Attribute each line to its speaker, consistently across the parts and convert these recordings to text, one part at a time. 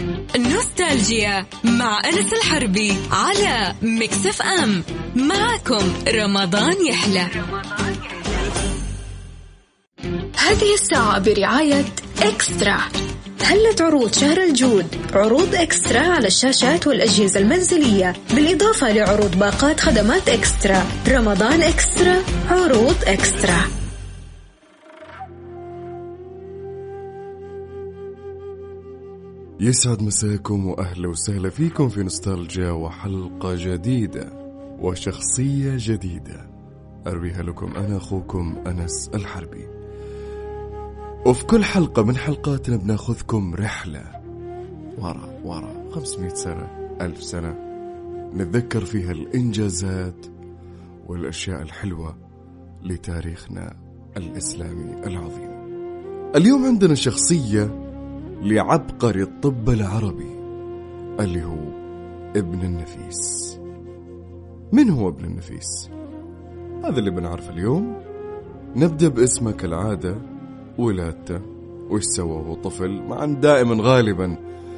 Speaker 1: نوستالجيا مع أنس الحربي على ميكس اف ام. معكم رمضان يحلى. هذه الساعة برعاية إكسترا. هلت عروض شهر الجود، عروض إكسترا على الشاشات والأجهزة المنزلية، بالإضافة لعروض باقات خدمات إكسترا. رمضان إكسترا، عروض إكسترا.
Speaker 2: يسعد مساكم وأهلا وسهلا فيكم في نوستالجيا وحلقة جديدة وشخصية جديدة أرويها لكم أنا أخوكم أنس الحربي. وفي كل حلقة من حلقاتنا بناخذكم رحلة ورا 500 سنة 1000 سنة نتذكر فيها الإنجازات والأشياء الحلوة لتاريخنا الإسلامي العظيم. اليوم عندنا شخصية لعبقري الطب العربي اللي هو ابن النفيس. من هو ابن النفيس؟ هذا اللي بنعرف اليوم. نبدأ باسمه كالعادة، ولادته وإيش سوى وهو طفل. مع أن دائما غالبا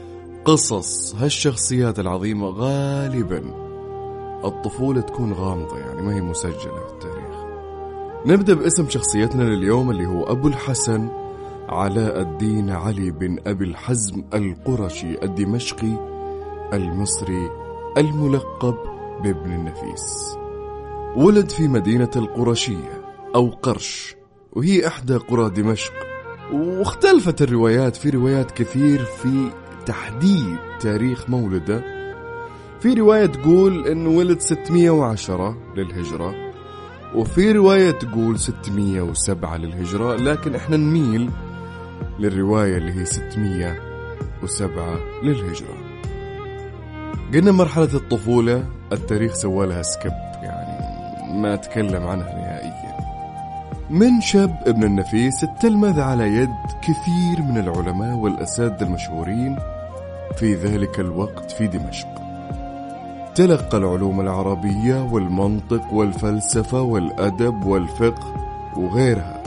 Speaker 2: قصص هالشخصيات العظيمة غالبا الطفولة تكون غامضة، يعني ما هي مسجلة في التاريخ. نبدأ باسم شخصيتنا لليوم اللي هو أبو الحسن علاء الدين علي بن أبي الحزم القرشي الدمشقي المصري الملقب بابن النفيس. ولد في مدينة القرشية أو قرش، وهي إحدى قرى دمشق. واختلفت الروايات، في روايات كثير في تحديد تاريخ مولده. في رواية تقول إنه ولد 610 للهجرة، وفي رواية تقول 607 للهجرة، لكن إحنا نميل للرواية اللي هي 607 للهجرة. قلنا مرحلة الطفولة التاريخ سوى لها سكيب، يعني ما تكلم عنها نهائيا. من شاب ابن النفيس التلمذ على يد كثير من العلماء والأساتذة المشهورين في ذلك الوقت في دمشق. تلقى العلوم العربية والمنطق والفلسفة والأدب والفقه وغيرها.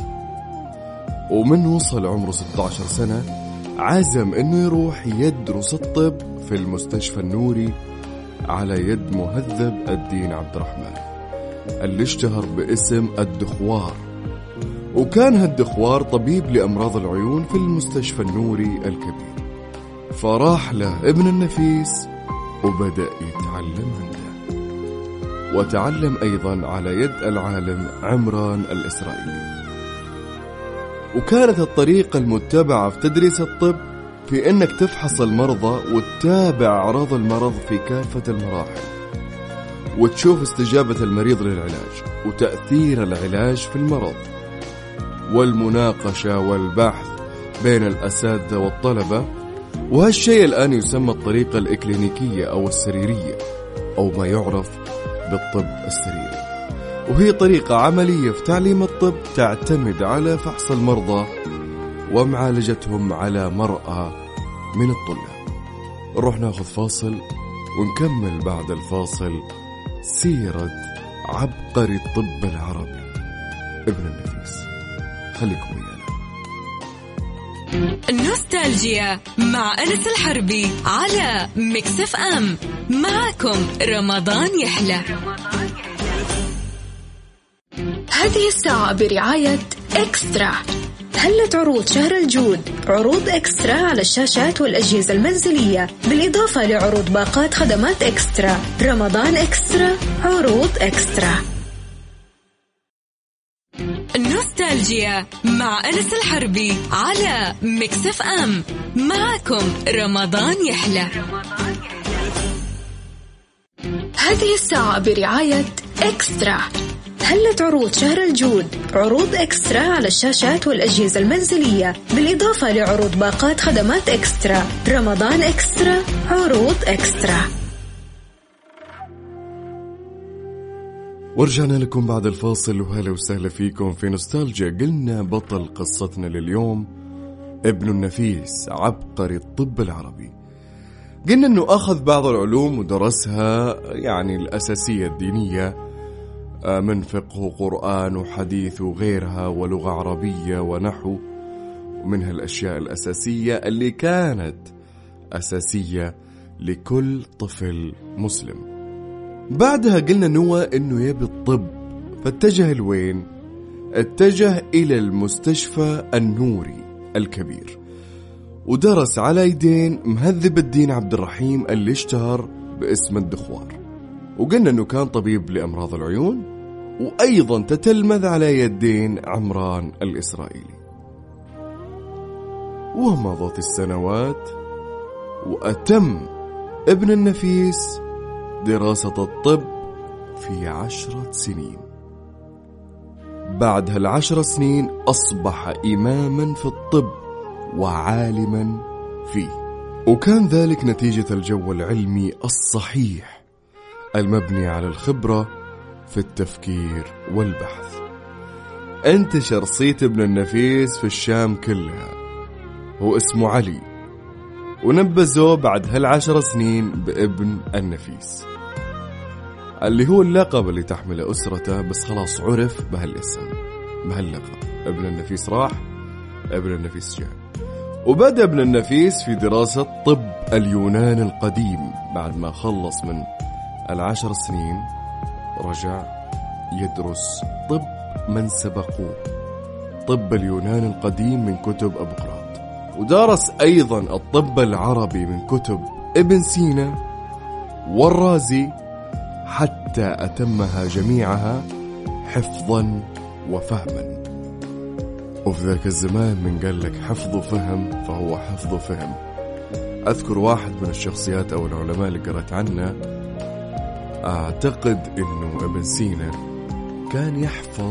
Speaker 2: ومن وصل عمره 16 سنة عزم أنه يروح يدرس الطب في المستشفى النوري على يد مهذب الدين عبد الرحمن اللي اشتهر باسم الدخوار. وكان هالدخوار طبيب لأمراض العيون في المستشفى النوري الكبير. فراح له ابن النفيس وبدأ يتعلم عنده، وتعلم أيضا على يد العالم عمران الإسرائيلي. وكانت الطريقة المتبعة في تدريس الطب في أنك تفحص المرضى وتتابع أعراض المرض في كافة المراحل، وتشوف استجابة المريض للعلاج وتأثير العلاج في المرض، والمناقشة والبحث بين الأساتذة والطلبة. وهالشيء الآن يسمى الطريقة الإكلينيكية أو السريرية، أو ما يعرف بالطب السريري. وهي طريقة عملية في تعليم الطب تعتمد على فحص المرضى ومعالجتهم على مرأى من الطلاب. نروح ناخذ فاصل ونكمل بعد الفاصل سيرة عبقري الطب العربي ابن النفيس. خليكم ويانا.
Speaker 1: نوستالجيا مع أنس الحربي على ميكس اف ام. معكم رمضان يحلى. هذه الساعة برعاية إكسترا. هلت عروض شهر الجود، عروض إكسترا على الشاشات والأجهزة المنزلية، بالإضافة لعروض باقات خدمات إكسترا. رمضان إكسترا، عروض إكسترا. نوستالجيا مع أنس الحربي على ميكس اف ام. معكم رمضان يحلى. هذه الساعة برعاية إكسترا. هلت عروض شهر الجود، عروض إكسترا على الشاشات والأجهزة المنزلية، بالإضافة لعروض باقات خدمات إكسترا. رمضان إكسترا، عروض إكسترا.
Speaker 2: ورجعنا لكم بعد الفاصل، وهلا وسهلا فيكم في نوستالجيا. قلنا بطل قصتنا لليوم ابن النفيس عبقري الطب العربي. قلنا أنه أخذ بعض العلوم ودرسها، يعني الأساسية الدينية، من فقه وقرآن وحديث وغيرها، ولغة عربية ونحو، ومنها الأشياء الأساسية اللي كانت أساسية لكل طفل مسلم. بعدها قلنا نوى إنه يبي الطب، فاتجه لوين؟ اتجه إلى المستشفى النوري الكبير، ودرس على يدين مهذب الدين عبد الرحيم اللي اشتهر باسم الدخوار. وقلنا أنه كان طبيب لأمراض العيون، وأيضا تتلمذ على يدين عمران الإسرائيلي. ومضت السنوات وأتم ابن النفيس دراسة الطب في 10 سنين. بعد هال10 سنين أصبح إماما في الطب وعالما فيه، وكان ذلك نتيجة الجو العلمي الصحيح المبني على الخبرة في التفكير والبحث. انتشر صيت ابن النفيس في الشام كلها، هو اسمه علي، ونبذوه بعد هال10 سنين بابن النفيس، اللي هو اللقب اللي تحمله أسرته، بس خلاص عرف بهالاسم بهاللقب. ابن النفيس راح، ابن النفيس جاء. وبدأ ابن النفيس في دراسة طب اليونان القديم. بعد ما خلص من 10 سنين رجع يدرس طب من سبقوه، طب اليونان القديم من كتب أبقراط، ودرس أيضا الطب العربي من كتب ابن سينا والرازي، حتى أتمها جميعها حفظا وفهما. وفي ذاك الزمان من قال لك حفظ وفهم فهو حفظ وفهم. أذكر واحد من الشخصيات أو العلماء اللي قرأت عنه، أعتقد إنه ابن سينا كان يحفظ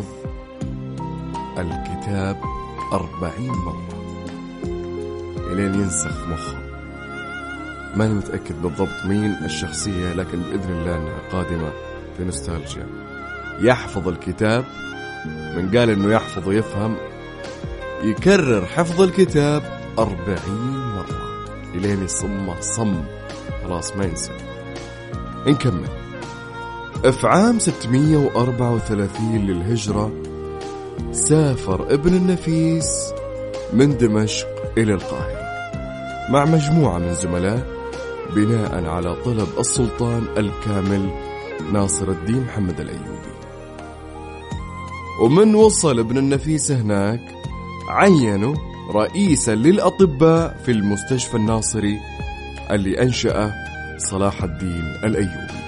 Speaker 2: الكتاب 40 مرة إلين ينسخ مخه. ماني متأكد بالضبط مين الشخصية، لكن بإذن الله أنها قادمة في نوستالجيا. يحفظ الكتاب، من قال إنه يحفظ ويفهم، يكرر حفظ الكتاب 40 مرة إلين يصمه صم خلاص ما ينسى. نكمل. في عام 634 للهجرة سافر ابن النفيس من دمشق إلى القاهرة مع مجموعة من زملاء، بناء على طلب السلطان الكامل ناصر الدين محمد الأيوبي. ومن وصل ابن النفيس هناك عينوا رئيسا للأطباء في المستشفى الناصري اللي أنشأه صلاح الدين الأيوبي.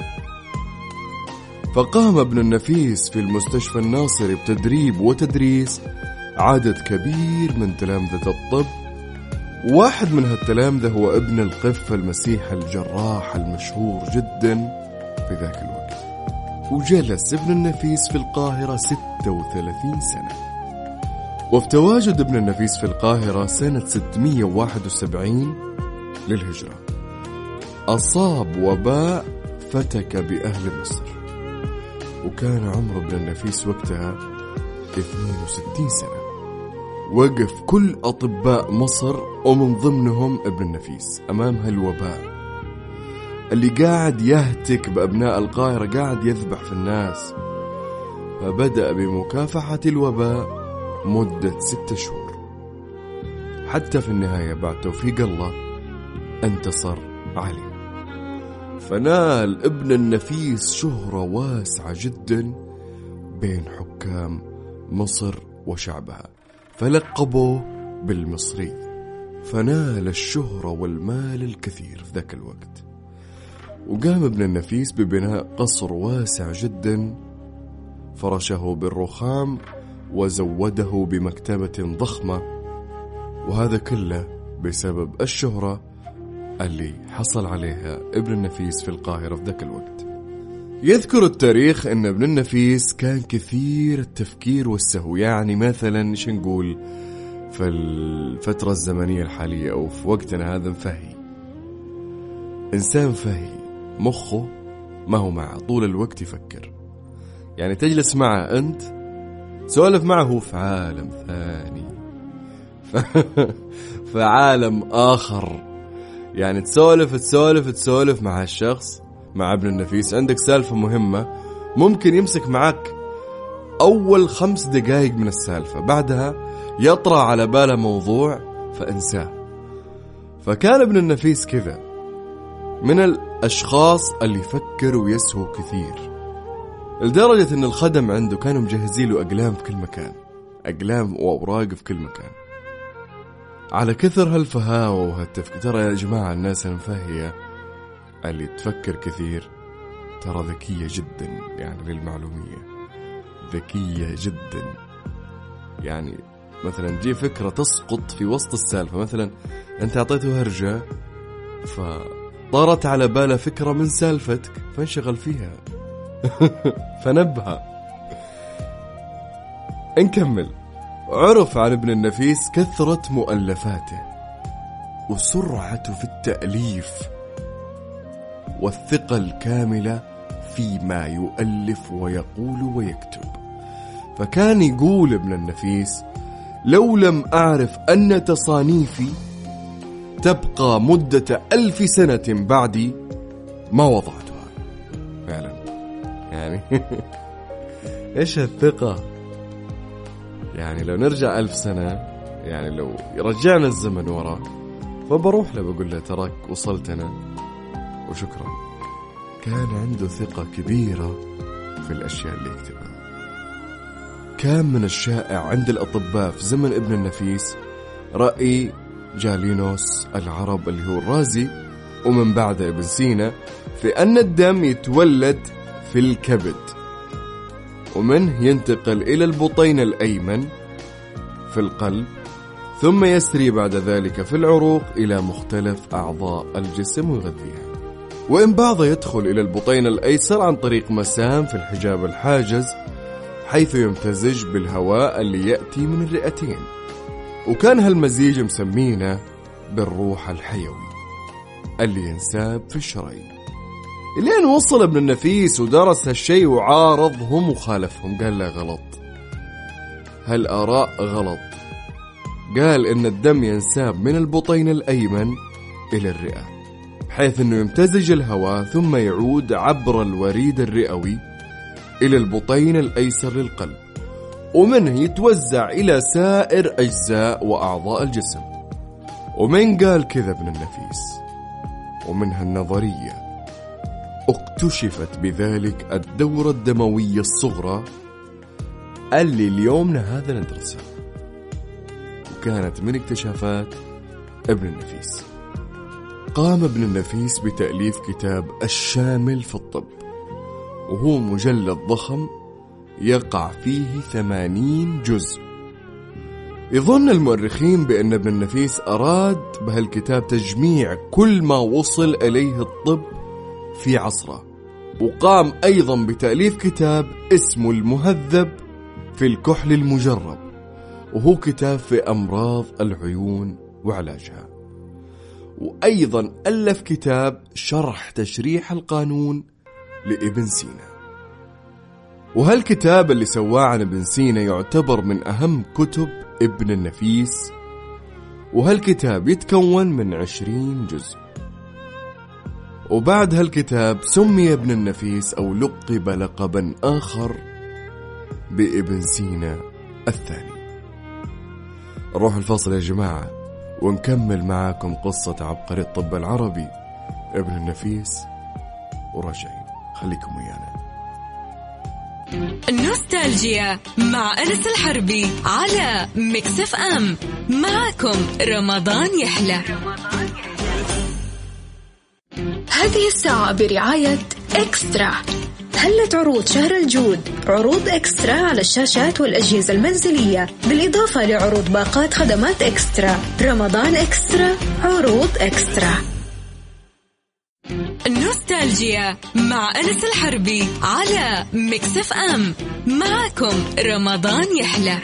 Speaker 2: فقام ابن النفيس في المستشفى الناصري بتدريب وتدريس عدد كبير من تلامذة الطب. واحد من هالتلامذة هو ابن القف المسيح الجراح المشهور جدا في ذاك الوقت. وجلس ابن النفيس في القاهرة 36 سنة. وفي تواجد ابن النفيس في القاهرة سنة 671 للهجرة أصاب وباء فتك بأهل مصر، وكان عمر ابن النفيس وقتها 62 سنة. وقف كل أطباء مصر ومن ضمنهم ابن النفيس أمام هالوباء اللي قاعد يهتك بأبناء القاهرة، قاعد يذبح في الناس. فبدأ بمكافحة الوباء مدة 6 شهور، حتى في النهاية بعد توفيق الله انتصر عليه. فنال ابن النفيس شهرة واسعة جدا بين حكام مصر وشعبها، فلقبوه بالمصري. فنال الشهرة والمال الكثير في ذاك الوقت. وقام ابن النفيس ببناء قصر واسع جدا فرشه بالرخام وزوده بمكتبة ضخمة، وهذا كله بسبب الشهرة اللي حصل عليها ابن النفيس في القاهرة في ذاك الوقت. يذكر التاريخ أن ابن النفيس كان كثير التفكير والسهو. يعني مثلا إيش نقول في الفترة الزمنية الحالية أو في وقتنا هذا فهي إنسان فهي، مخه ما هو معه طول الوقت يفكر. يعني تجلس معه أنت سولف معه في عالم ثاني في عالم آخر. يعني تسولف مع الشخص، مع ابن النفيس، عندك سالفة مهمة ممكن يمسك معك أول 5 دقائق من السالفة، بعدها يطرأ على باله موضوع فإنساه. فكان ابن النفيس كذا، من الأشخاص اللي يفكر ويسهو كثير، لدرجة أن الخدم عنده كانوا مجهزين له أقلام في كل مكان، أقلام وأوراق في كل مكان. على كثر هالفهاوة وهالتفكير، ترى يا جماعة الناس المفهية اللي تفكر كثير ترى ذكية جدا، يعني للمعلومية ذكية جدا. يعني مثلا تجي فكرة تسقط في وسط السالفة، مثلا أنت أعطيته هرجة فطارت على باله فكرة من سالفتك فانشغل فيها فنبها. نكمل. عرف عن ابن النفيس كثرة مؤلفاته وسرعته في التأليف والثقة الكاملة فيما يؤلف ويقول ويكتب. فكان يقول ابن النفيس: لو لم أعرف أن تصانيفي تبقى مدة 1000 سنة بعدي ما وضعتها. فعلا يعني إيش الثقة؟ يعني لو نرجع 1000 سنة، يعني لو رجعنا الزمن وراء، فبروح له بقول له تراك وصلت أنا وشكرا. كان عنده ثقة كبيرة في الأشياء اللي يكتبها. كان من الشائع عند الأطباء في زمن ابن النفيس رأي جالينوس العرب اللي هو الرازي ومن بعده ابن سينا في أن الدم يتولد في الكبد ومنه ينتقل إلى البطين الأيمن في القلب، ثم يسري بعد ذلك في العروق إلى مختلف أعضاء الجسم ويغذيها، وإن بعض يدخل إلى البطين الأيسر عن طريق مسام في الحجاب الحاجز حيث يمتزج بالهواء اللي يأتي من الرئتين. وكان هالمزيج مسمينه بالروح الحيوي اللي ينساب في الشرايين. لين وصل ابن النفيس ودرس هالشيء وعارضهم وخالفهم، قال لا غلط، هالآراء غلط. قال إن الدم ينساب من البطين الأيمن إلى الرئة بحيث أنه يمتزج الهواء ثم يعود عبر الوريد الرئوي إلى البطين الأيسر للقلب، ومنه يتوزع إلى سائر أجزاء وأعضاء الجسم. ومن قال كذا ابن النفيس، ومنها النظرية اكتشفت بذلك الدورة الدموية الصغرى اللي اليومنا هذا ندرسها، وكانت من اكتشافات ابن النفيس. قام ابن النفيس بتأليف كتاب الشامل في الطب، وهو مجلد ضخم يقع فيه 80 جزء. يظن المؤرخين بأن ابن النفيس أراد بهالكتاب تجميع كل ما وصل إليه الطب في عصره. وقام أيضا بتأليف كتاب اسمه المهذب في الكحل المجرب، وهو كتاب في أمراض العيون وعلاجها. وأيضا ألف كتاب شرح تشريح القانون لابن سينا. وهالكتاب اللي سواه عن ابن سينا يعتبر من أهم كتب ابن النفيس، وهالكتاب يتكون من 20 جزء. وبعد هالكتاب سمي ابن النفيس أو لقب لقبا آخر بابن سينا الثاني. نروح الفاصل يا جماعة ونكمل معاكم قصة عبقري الطب العربي ابن النفيس وراجعين، خليكم ويانا.
Speaker 3: نوستالجيا مع أنس الحربي على ميكس اف ام. معكم رمضان يحلى.
Speaker 1: هذه الساعة برعاية إكسترا. هلت عروض شهر الجود، عروض إكسترا على الشاشات والأجهزة المنزلية، بالإضافة لعروض باقات خدمات إكسترا. رمضان إكسترا، عروض إكسترا.
Speaker 3: نوستالجيا مع أنس الحربي على ميكس اف ام. معكم رمضان يحلى.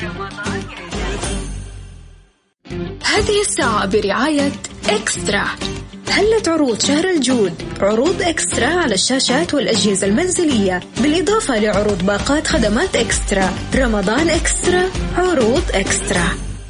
Speaker 1: هذه الساعة برعاية إكسترا. هلت عروض شهر الجود، عروض إكسترا على الشاشات والأجهزة المنزلية، بالإضافة لعروض باقات خدمات إكسترا. رمضان إكسترا، عروض إكسترا.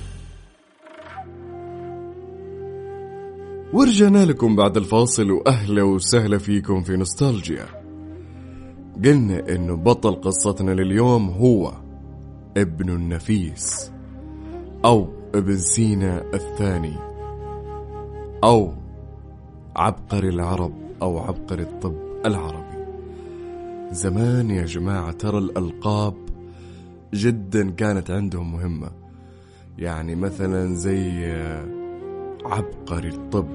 Speaker 2: ورجعنا لكم بعد الفاصل، وأهلا وسهلا فيكم في نوستالجيا. قلنا إنه بطل قصتنا لليوم هو ابن النفيس أو ابن سينا الثاني، أو عبقري العرب أو عبقري الطب العربي. زمان يا جماعة ترى الألقاب جدا كانت عندهم مهمة، يعني مثلا زي عبقري الطب،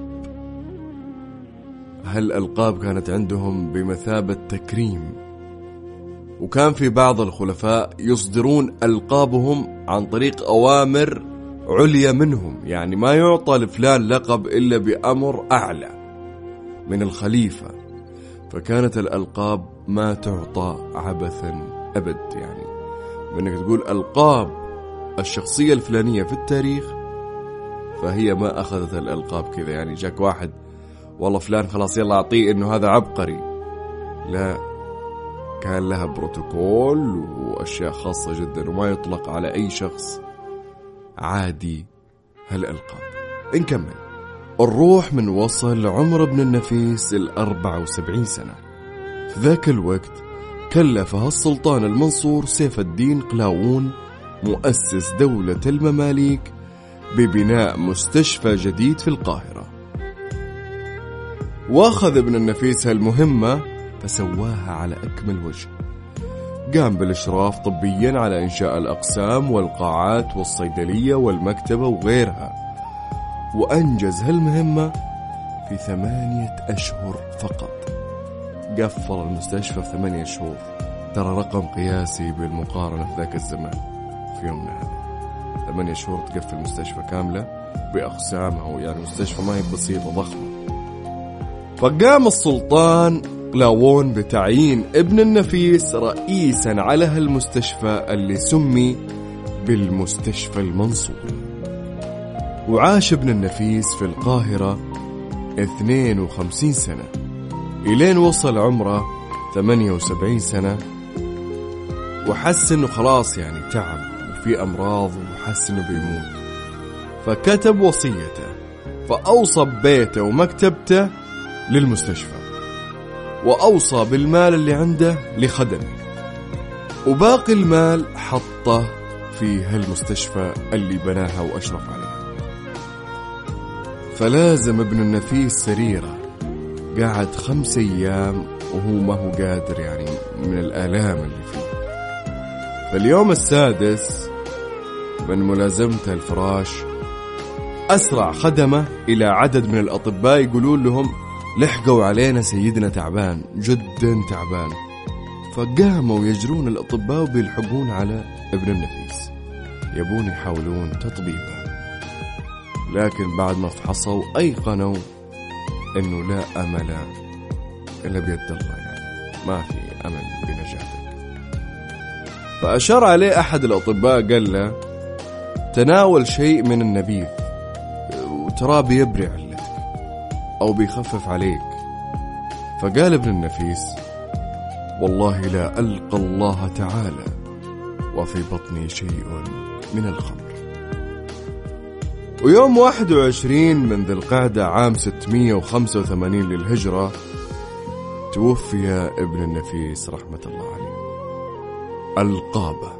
Speaker 2: هالألقاب كانت عندهم بمثابة تكريم، وكان في بعض الخلفاء يصدرون ألقابهم عن طريق أوامر عليا منهم، يعني ما يعطى لفلان لقب إلا بأمر أعلى من الخليفة، فكانت الألقاب ما تعطى عبثا أبد، يعني منك تقول ألقاب الشخصية الفلانية في التاريخ فهي ما أخذت الألقاب كذا، يعني جاك واحد والله فلان خلاص يلا أعطيه إنه هذا عبقري، لا، كان لها بروتوكول وأشياء خاصة جدا، وما يطلق على أي شخص عادي هالألقاب. نكمل. الروح من وصل عمر بن النفيس 74 سنة. في ذاك الوقت كلفها السلطان المنصور سيف الدين قلاوون مؤسس دولة المماليك ببناء مستشفى جديد في القاهرة، واخذ ابن النفيس هالمهمة فسواها على أكمل وجه. قام بالإشراف طبيا على إنشاء الأقسام والقاعات والصيدلية والمكتبة وغيرها، وأنجز هالمهمة في 8 أشهر فقط. قفل المستشفى في 8 شهور، ترى رقم قياسي بالمقارنة في ذاك الزمان في يومنا هذا. 8 شهور تقفل مستشفى كاملة بأقسامها، يعني مستشفى ما هي بسيطة ضخمة. فقام السلطان قلاوون بتعيين ابن النفيس رئيسا على هالمستشفى اللي سمي بالمستشفى المنصور. وعاش ابن النفيس في القاهرة 52 سنة إلين وصل عمره 78 سنة، وحس انه خلاص يعني تعب وفي أمراض وحس انه بيموت، فكتب وصيته، فأوصى ببيته ومكتبته للمستشفى، وأوصى بالمال اللي عنده لخدمه، وباقي المال حطه في هالمستشفى اللي بناها وأشرف عليها. فلازم ابن النفيس سريرة، قعد 5 أيام وهو ما هو قادر يعني من الآلام اللي فيه. فاليوم السادس من ملازمته الفراش أسرع خدمه إلى عدد من الأطباء يقولون لهم لحقوا علينا سيدنا تعبان جدا تعبان. فقاموا يجرون الأطباء وبيلحقون على ابن النفيس، يبون يحاولون تطبيبه، لكن بعد ما فحصوا أيقنوا أنه لا أمل إلا بيد الله، يعني ما في أمل بنجاتك. فأشار عليه أحد الأطباء قال له تناول شيء من النبيذ وترى بيبرئ علتك أو بيخفف عليك. فقال ابن النفيس والله لا ألقى الله تعالى وفي بطني شيء من الخمر. ويوم 21 من ذي القعدة عام 685 للهجرة توفي ابن النفيس رحمة الله عليه. ألقابه،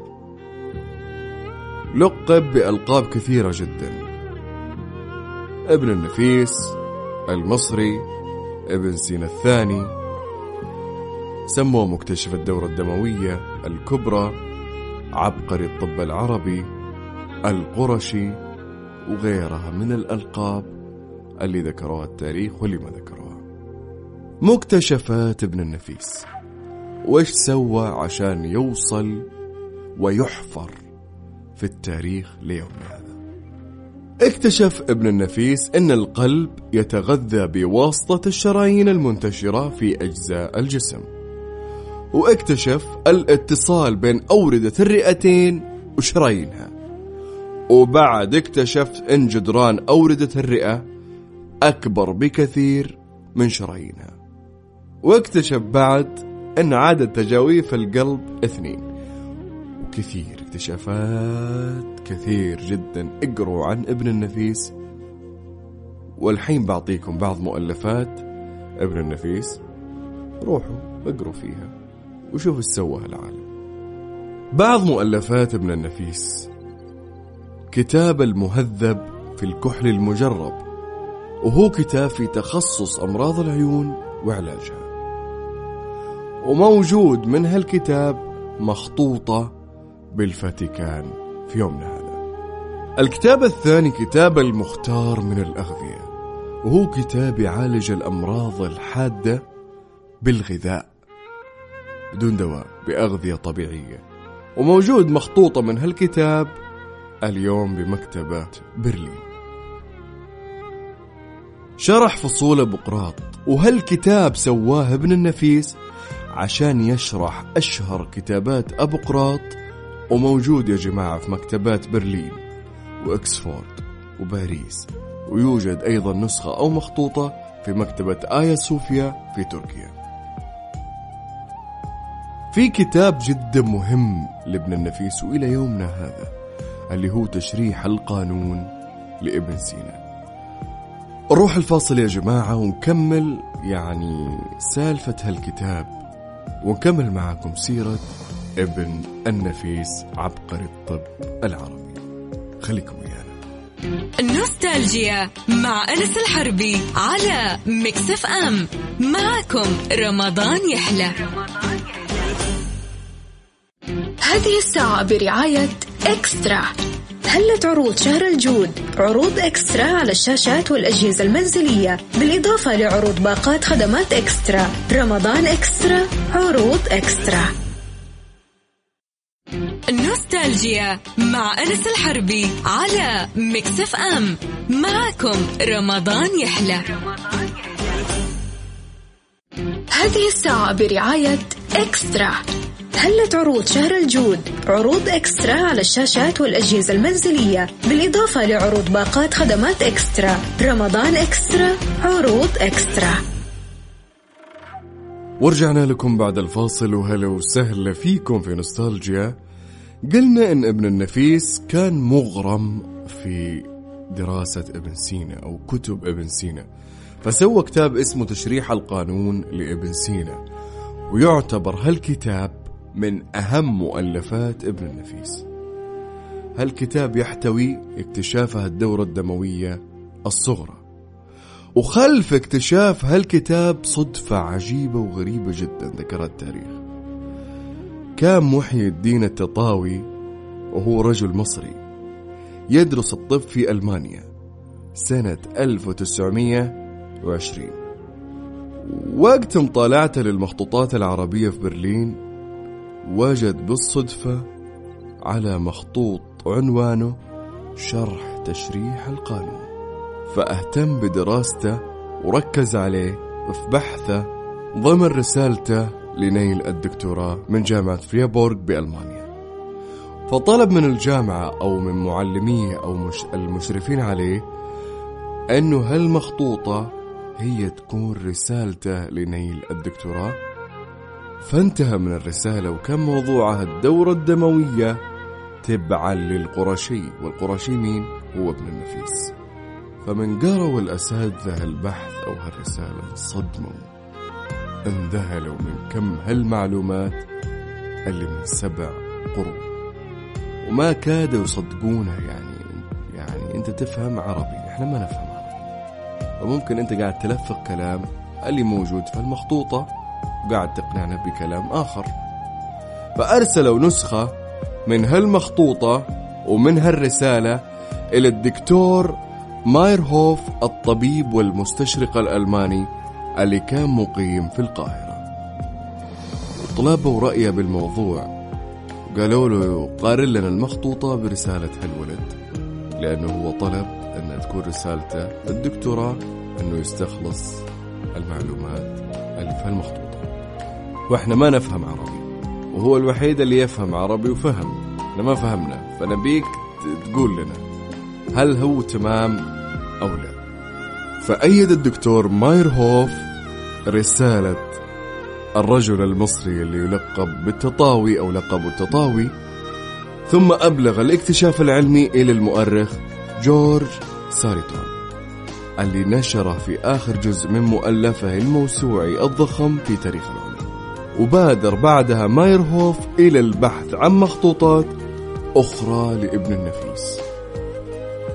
Speaker 2: لقب بألقاب كثيرة جدا: ابن النفيس، المصري، ابن سينا الثاني، سموه مكتشف الدورة الدموية الكبرى، عبقري الطب العربي، القرشي، وغيرها من الألقاب اللي ذكروها التاريخ واللي ما ذكروها. مكتشفات ابن النفيس، وإيش سوى عشان يوصل ويحفر في التاريخ ليومنا هذا؟ اكتشف ابن النفيس أن القلب يتغذى بواسطة الشرايين المنتشرة في أجزاء الجسم، واكتشف الاتصال بين أوردة الرئتين وشرايينها، وبعد اكتشف أن جدران أوردة الرئة أكبر بكثير من شرايينها، واكتشف بعد أن عدد تجاويف القلب 2. وكثير اكتشافات كثير جدا. اقروا عن ابن النفيس، والحين بعطيكم بعض مؤلفات ابن النفيس، روحوا اقروا فيها وشوفوا ايش سوى العالم. بعض مؤلفات ابن النفيس: كتاب المهذب في الكحل المجرب وهو كتاب في تخصص أمراض العيون وعلاجها. وموجود من هالكتاب مخطوطة بالفاتيكان في يومنا هذا. الكتاب الثاني كتاب المختار من الأغذية، وهو كتاب يعالج الأمراض الحادة بالغذاء بدون دواء بأغذية طبيعية، وموجود مخطوطة من هالكتاب اليوم بمكتبة برلين. شرح فصول أبقراط، وهالكتاب سواه ابن النفيس عشان يشرح أشهر كتابات أبقراط، وموجود يا جماعة في مكتبات برلين وإكسفورد وباريس، ويوجد أيضا نسخة أو مخطوطة في مكتبة آيا صوفيا في تركيا. في كتاب جدا مهم لابن النفيس وإلى يومنا هذا اللي هو تشريح القانون لابن سينا. نروح الفاصل يا جماعة ونكمل سالفة هالكتاب، ونكمل معكم سيرة ابن النفيس عبقري الطب العربي. خليكم ويانا.
Speaker 3: النوستالجيا مع أنس الحربي على ميكس اف ام. معكم رمضان يحلى.
Speaker 1: هذه الساعة برعاية إكسترا. هلت عروض شهر الجود، عروض إكسترا على الشاشات والأجهزة المنزلية، بالإضافة لعروض باقات خدمات إكسترا. رمضان إكسترا، عروض إكسترا.
Speaker 3: النوستالجيا مع أنس الحربي على ميكس اف ام. معكم رمضان يحلى.
Speaker 1: هذه الساعة برعاية إكسترا. هلت عروض شهر الجود، عروض إكسترا على الشاشات والأجهزة المنزلية، بالإضافة لعروض باقات خدمات إكسترا. رمضان إكسترا، عروض إكسترا.
Speaker 2: ورجعنا لكم بعد الفاصل، وهلا وسهلا فيكم في نوستالجيا. قلنا إن ابن النفيس كان مغرم في دراسة ابن سينا أو كتب ابن سينا، فسوى كتاب اسمه تشريح القانون لابن سينا، ويعتبر هالكتاب من أهم مؤلفات ابن النفيس. هالكتاب يحتوي اكتشافها الدورة الدموية الصغرى، وخلف اكتشاف هالكتاب صدفة عجيبة وغريبة جدا ذكرها التاريخ. كان محي الدين التطاوي وهو رجل مصري يدرس الطب في ألمانيا سنة 1920. وقت مطالعته للمخطوطات العربية في برلين وجد بالصدفة على مخطوط عنوانه شرح تشريح القانون، فاهتم بدراسته وركز عليه في بحثه ضمن رسالته لنيل الدكتوراه من جامعة فريبورغ بألمانيا. فطلب من الجامعة أو من معلميه أو المشرفين عليه أنه هالمخطوطة هي تكون رسالته لنيل الدكتوراه. فانتهى من الرسالة، وكان موضوعها الدورة الدموية تبعا للقرشي، والقرشي مين؟ هو ابن النفيس. فمن قرأوا الأساتذة هالبحث أو هالرسالة انصدموا، انذهلوا من كم هالمعلومات اللي من 7 قرون، وما كادوا يصدقونها. يعني انت تفهم عربي، احنا ما نفهم عربي، وممكن انت قاعد تلفق كلام اللي موجود في المخطوطة وقاعد تقنعنا بكلام آخر. فأرسلوا نسخة من هالمخطوطة ومن هالرسالة إلى الدكتور مايرهوف الطبيب والمستشرق الألماني اللي كان مقيم في القاهرة. طلبوا رأيه بالموضوع، قالوا له قارن لنا المخطوطة برسالة هالولد، لأنه هو طلب أن تكون رسالته الدكتوراه أنه يستخلص المعلومات اللي في هالمخطوطة، وإحنا ما نفهم عربي، وهو الوحيد اللي يفهم عربي وفهم، احنا ما فهمنا، فنبيك تقول لنا هل هو تمام أو لا. فأيد الدكتور مايرهوف رسالة الرجل المصري اللي يلقب بالتطاوي أو لقب التطاوي، ثم أبلغ الاكتشاف العلمي إلى المؤرخ جورج ساريتون اللي نشره في آخر جزء من مؤلفه الموسوعي الضخم في تاريخ العلوم. وبادر بعدها مايرهوف إلى البحث عن مخطوطات أخرى لابن النفيس.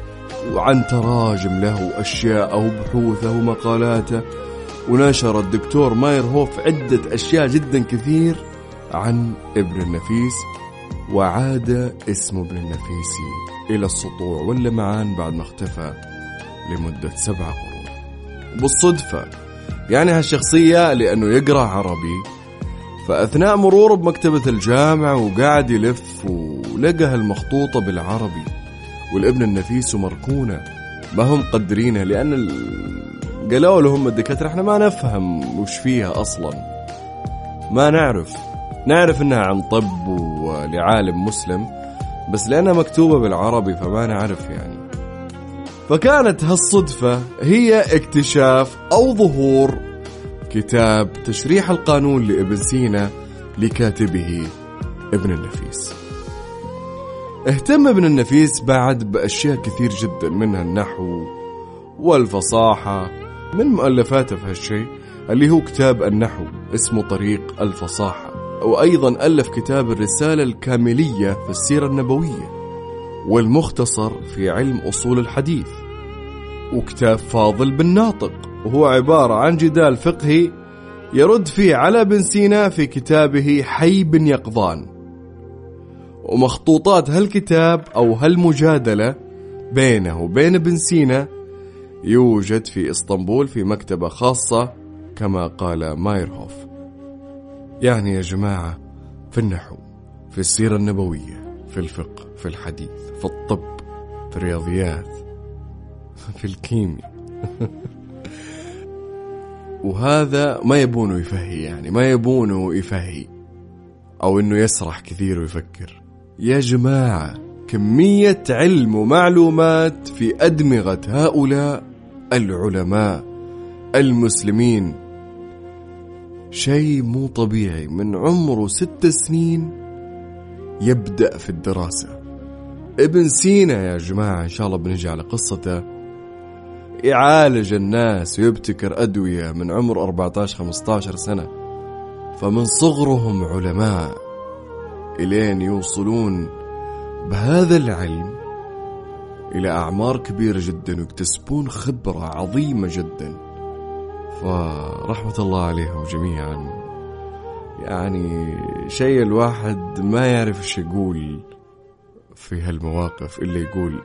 Speaker 2: وعن تراجم له وأشياء وبحوثه ومقالاته، ونشر الدكتور مايرهوف عدة أشياء جدا كثير عن ابن النفيس، وعاد اسم ابن النفيسي إلى السطوع واللمعان بعد ما اختفى لمدة 7 قرون. بالصدفة يعني هالشخصية لأنه يقرأ عربي، فأثناء مروره بمكتبة الجامعة وقاعد يلف ولقى هالمخطوطة بالعربي والابن النفيس ومركونة، ما هم قدرينها لأن قالوا لهم الدكاترة احنا ما نفهم وش فيها أصلا، ما نعرف انها عن طب ولعالم مسلم، بس لأنها مكتوبة بالعربي فما نعرف يعني. فكانت هالصدفة هي اكتشاف أو ظهور كتاب تشريح القانون لابن سينا لكاتبه ابن النفيس. اهتم ابن النفيس بعد بأشياء كثير جدا، منها النحو والفصاحة. من مؤلفاته في هالشيء اللي هو كتاب النحو اسمه طريق الفصاحة، وأيضا ألف كتاب الرسالة الكاملية في السيرة النبوية، والمختصر في علم أصول الحديث، وكتاب فاضل بالناطق، وهو عبارة عن جدال فقهي يرد فيه على ابن سينا في كتابه حي بن يقظان. ومخطوطات هالكتاب أو هالمجادلة بينه وبين ابن سينا يوجد في إسطنبول في مكتبة خاصة كما قال مايرهوف. يعني يا جماعة في النحو، في السيرة النبوية، في الفقه، في الحديث، في الطب، في الرياضيات، في الكيمياء وهذا ما يبونه يفهي، يعني ما يبونه يفهي أو إنه يسرح كثير ويفكر. يا جماعة كمية علم ومعلومات في أدمغة هؤلاء العلماء المسلمين شيء مو طبيعي. من عمره 6 سنين يبدأ في الدراسة. ابن سينا يا جماعة إن شاء الله بنجي على قصته، يعالج الناس ويبتكر أدوية من عمر 14-15 سنة، فمن صغرهم علماء إلين يوصلون بهذا العلم إلى أعمار كبيرة جدا ويكتسبون خبرة عظيمة جدا. فرحمة الله عليهم جميعا. يعني شيء الواحد ما يعرف ايش يقول في هالمواقف، إلا يقول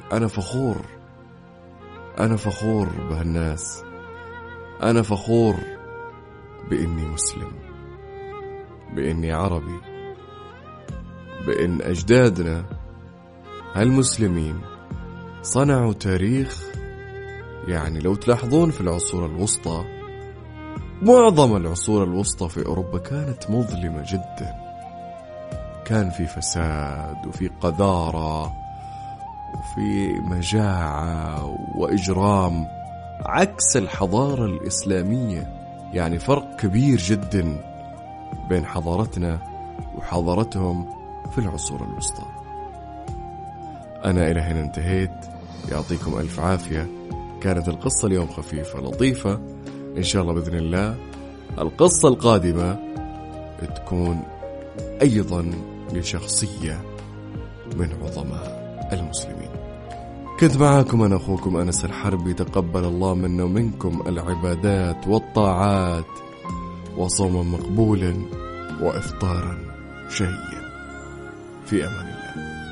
Speaker 2: أنا فخور بهالناس، أنا فخور بإني مسلم، بإني عربي، بإن أجدادنا هالمسلمين صنعوا تاريخ. يعني لو تلاحظون في العصور الوسطى، معظم العصور الوسطى في أوروبا كانت مظلمة جدا، كان في فساد وفي قذارة وفي مجاعة وإجرام، عكس الحضارة الإسلامية. يعني فرق كبير جدا بين حضارتنا وحضارتهم في العصور الوسطى. أنا إلى هنا انتهيت، يعطيكم ألف عافية. كانت القصة اليوم خفيفة لطيفة، إن شاء الله بإذن الله القصة القادمة تكون أيضا لشخصية من عظماء المسلمين. كنت معاكم أنا أخوكم أنس الحربي. تقبل الله منا ومنكم العبادات والطاعات، وصوما مقبولا وإفطارا شهيا. في أمان الله.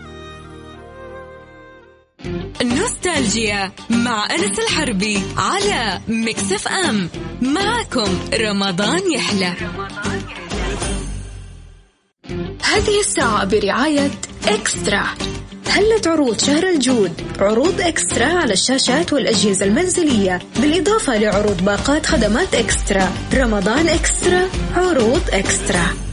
Speaker 3: نوستالجيا مع أنس الحربي على ميكس اف ام. معكم رمضان يحلى.
Speaker 1: هذه الساعة برعاية إكسترا. هلت عروض شهر الجود، عروض إكسترا على الشاشات والأجهزة المنزلية، بالإضافة لعروض باقات خدمات إكسترا. رمضان إكسترا، عروض إكسترا.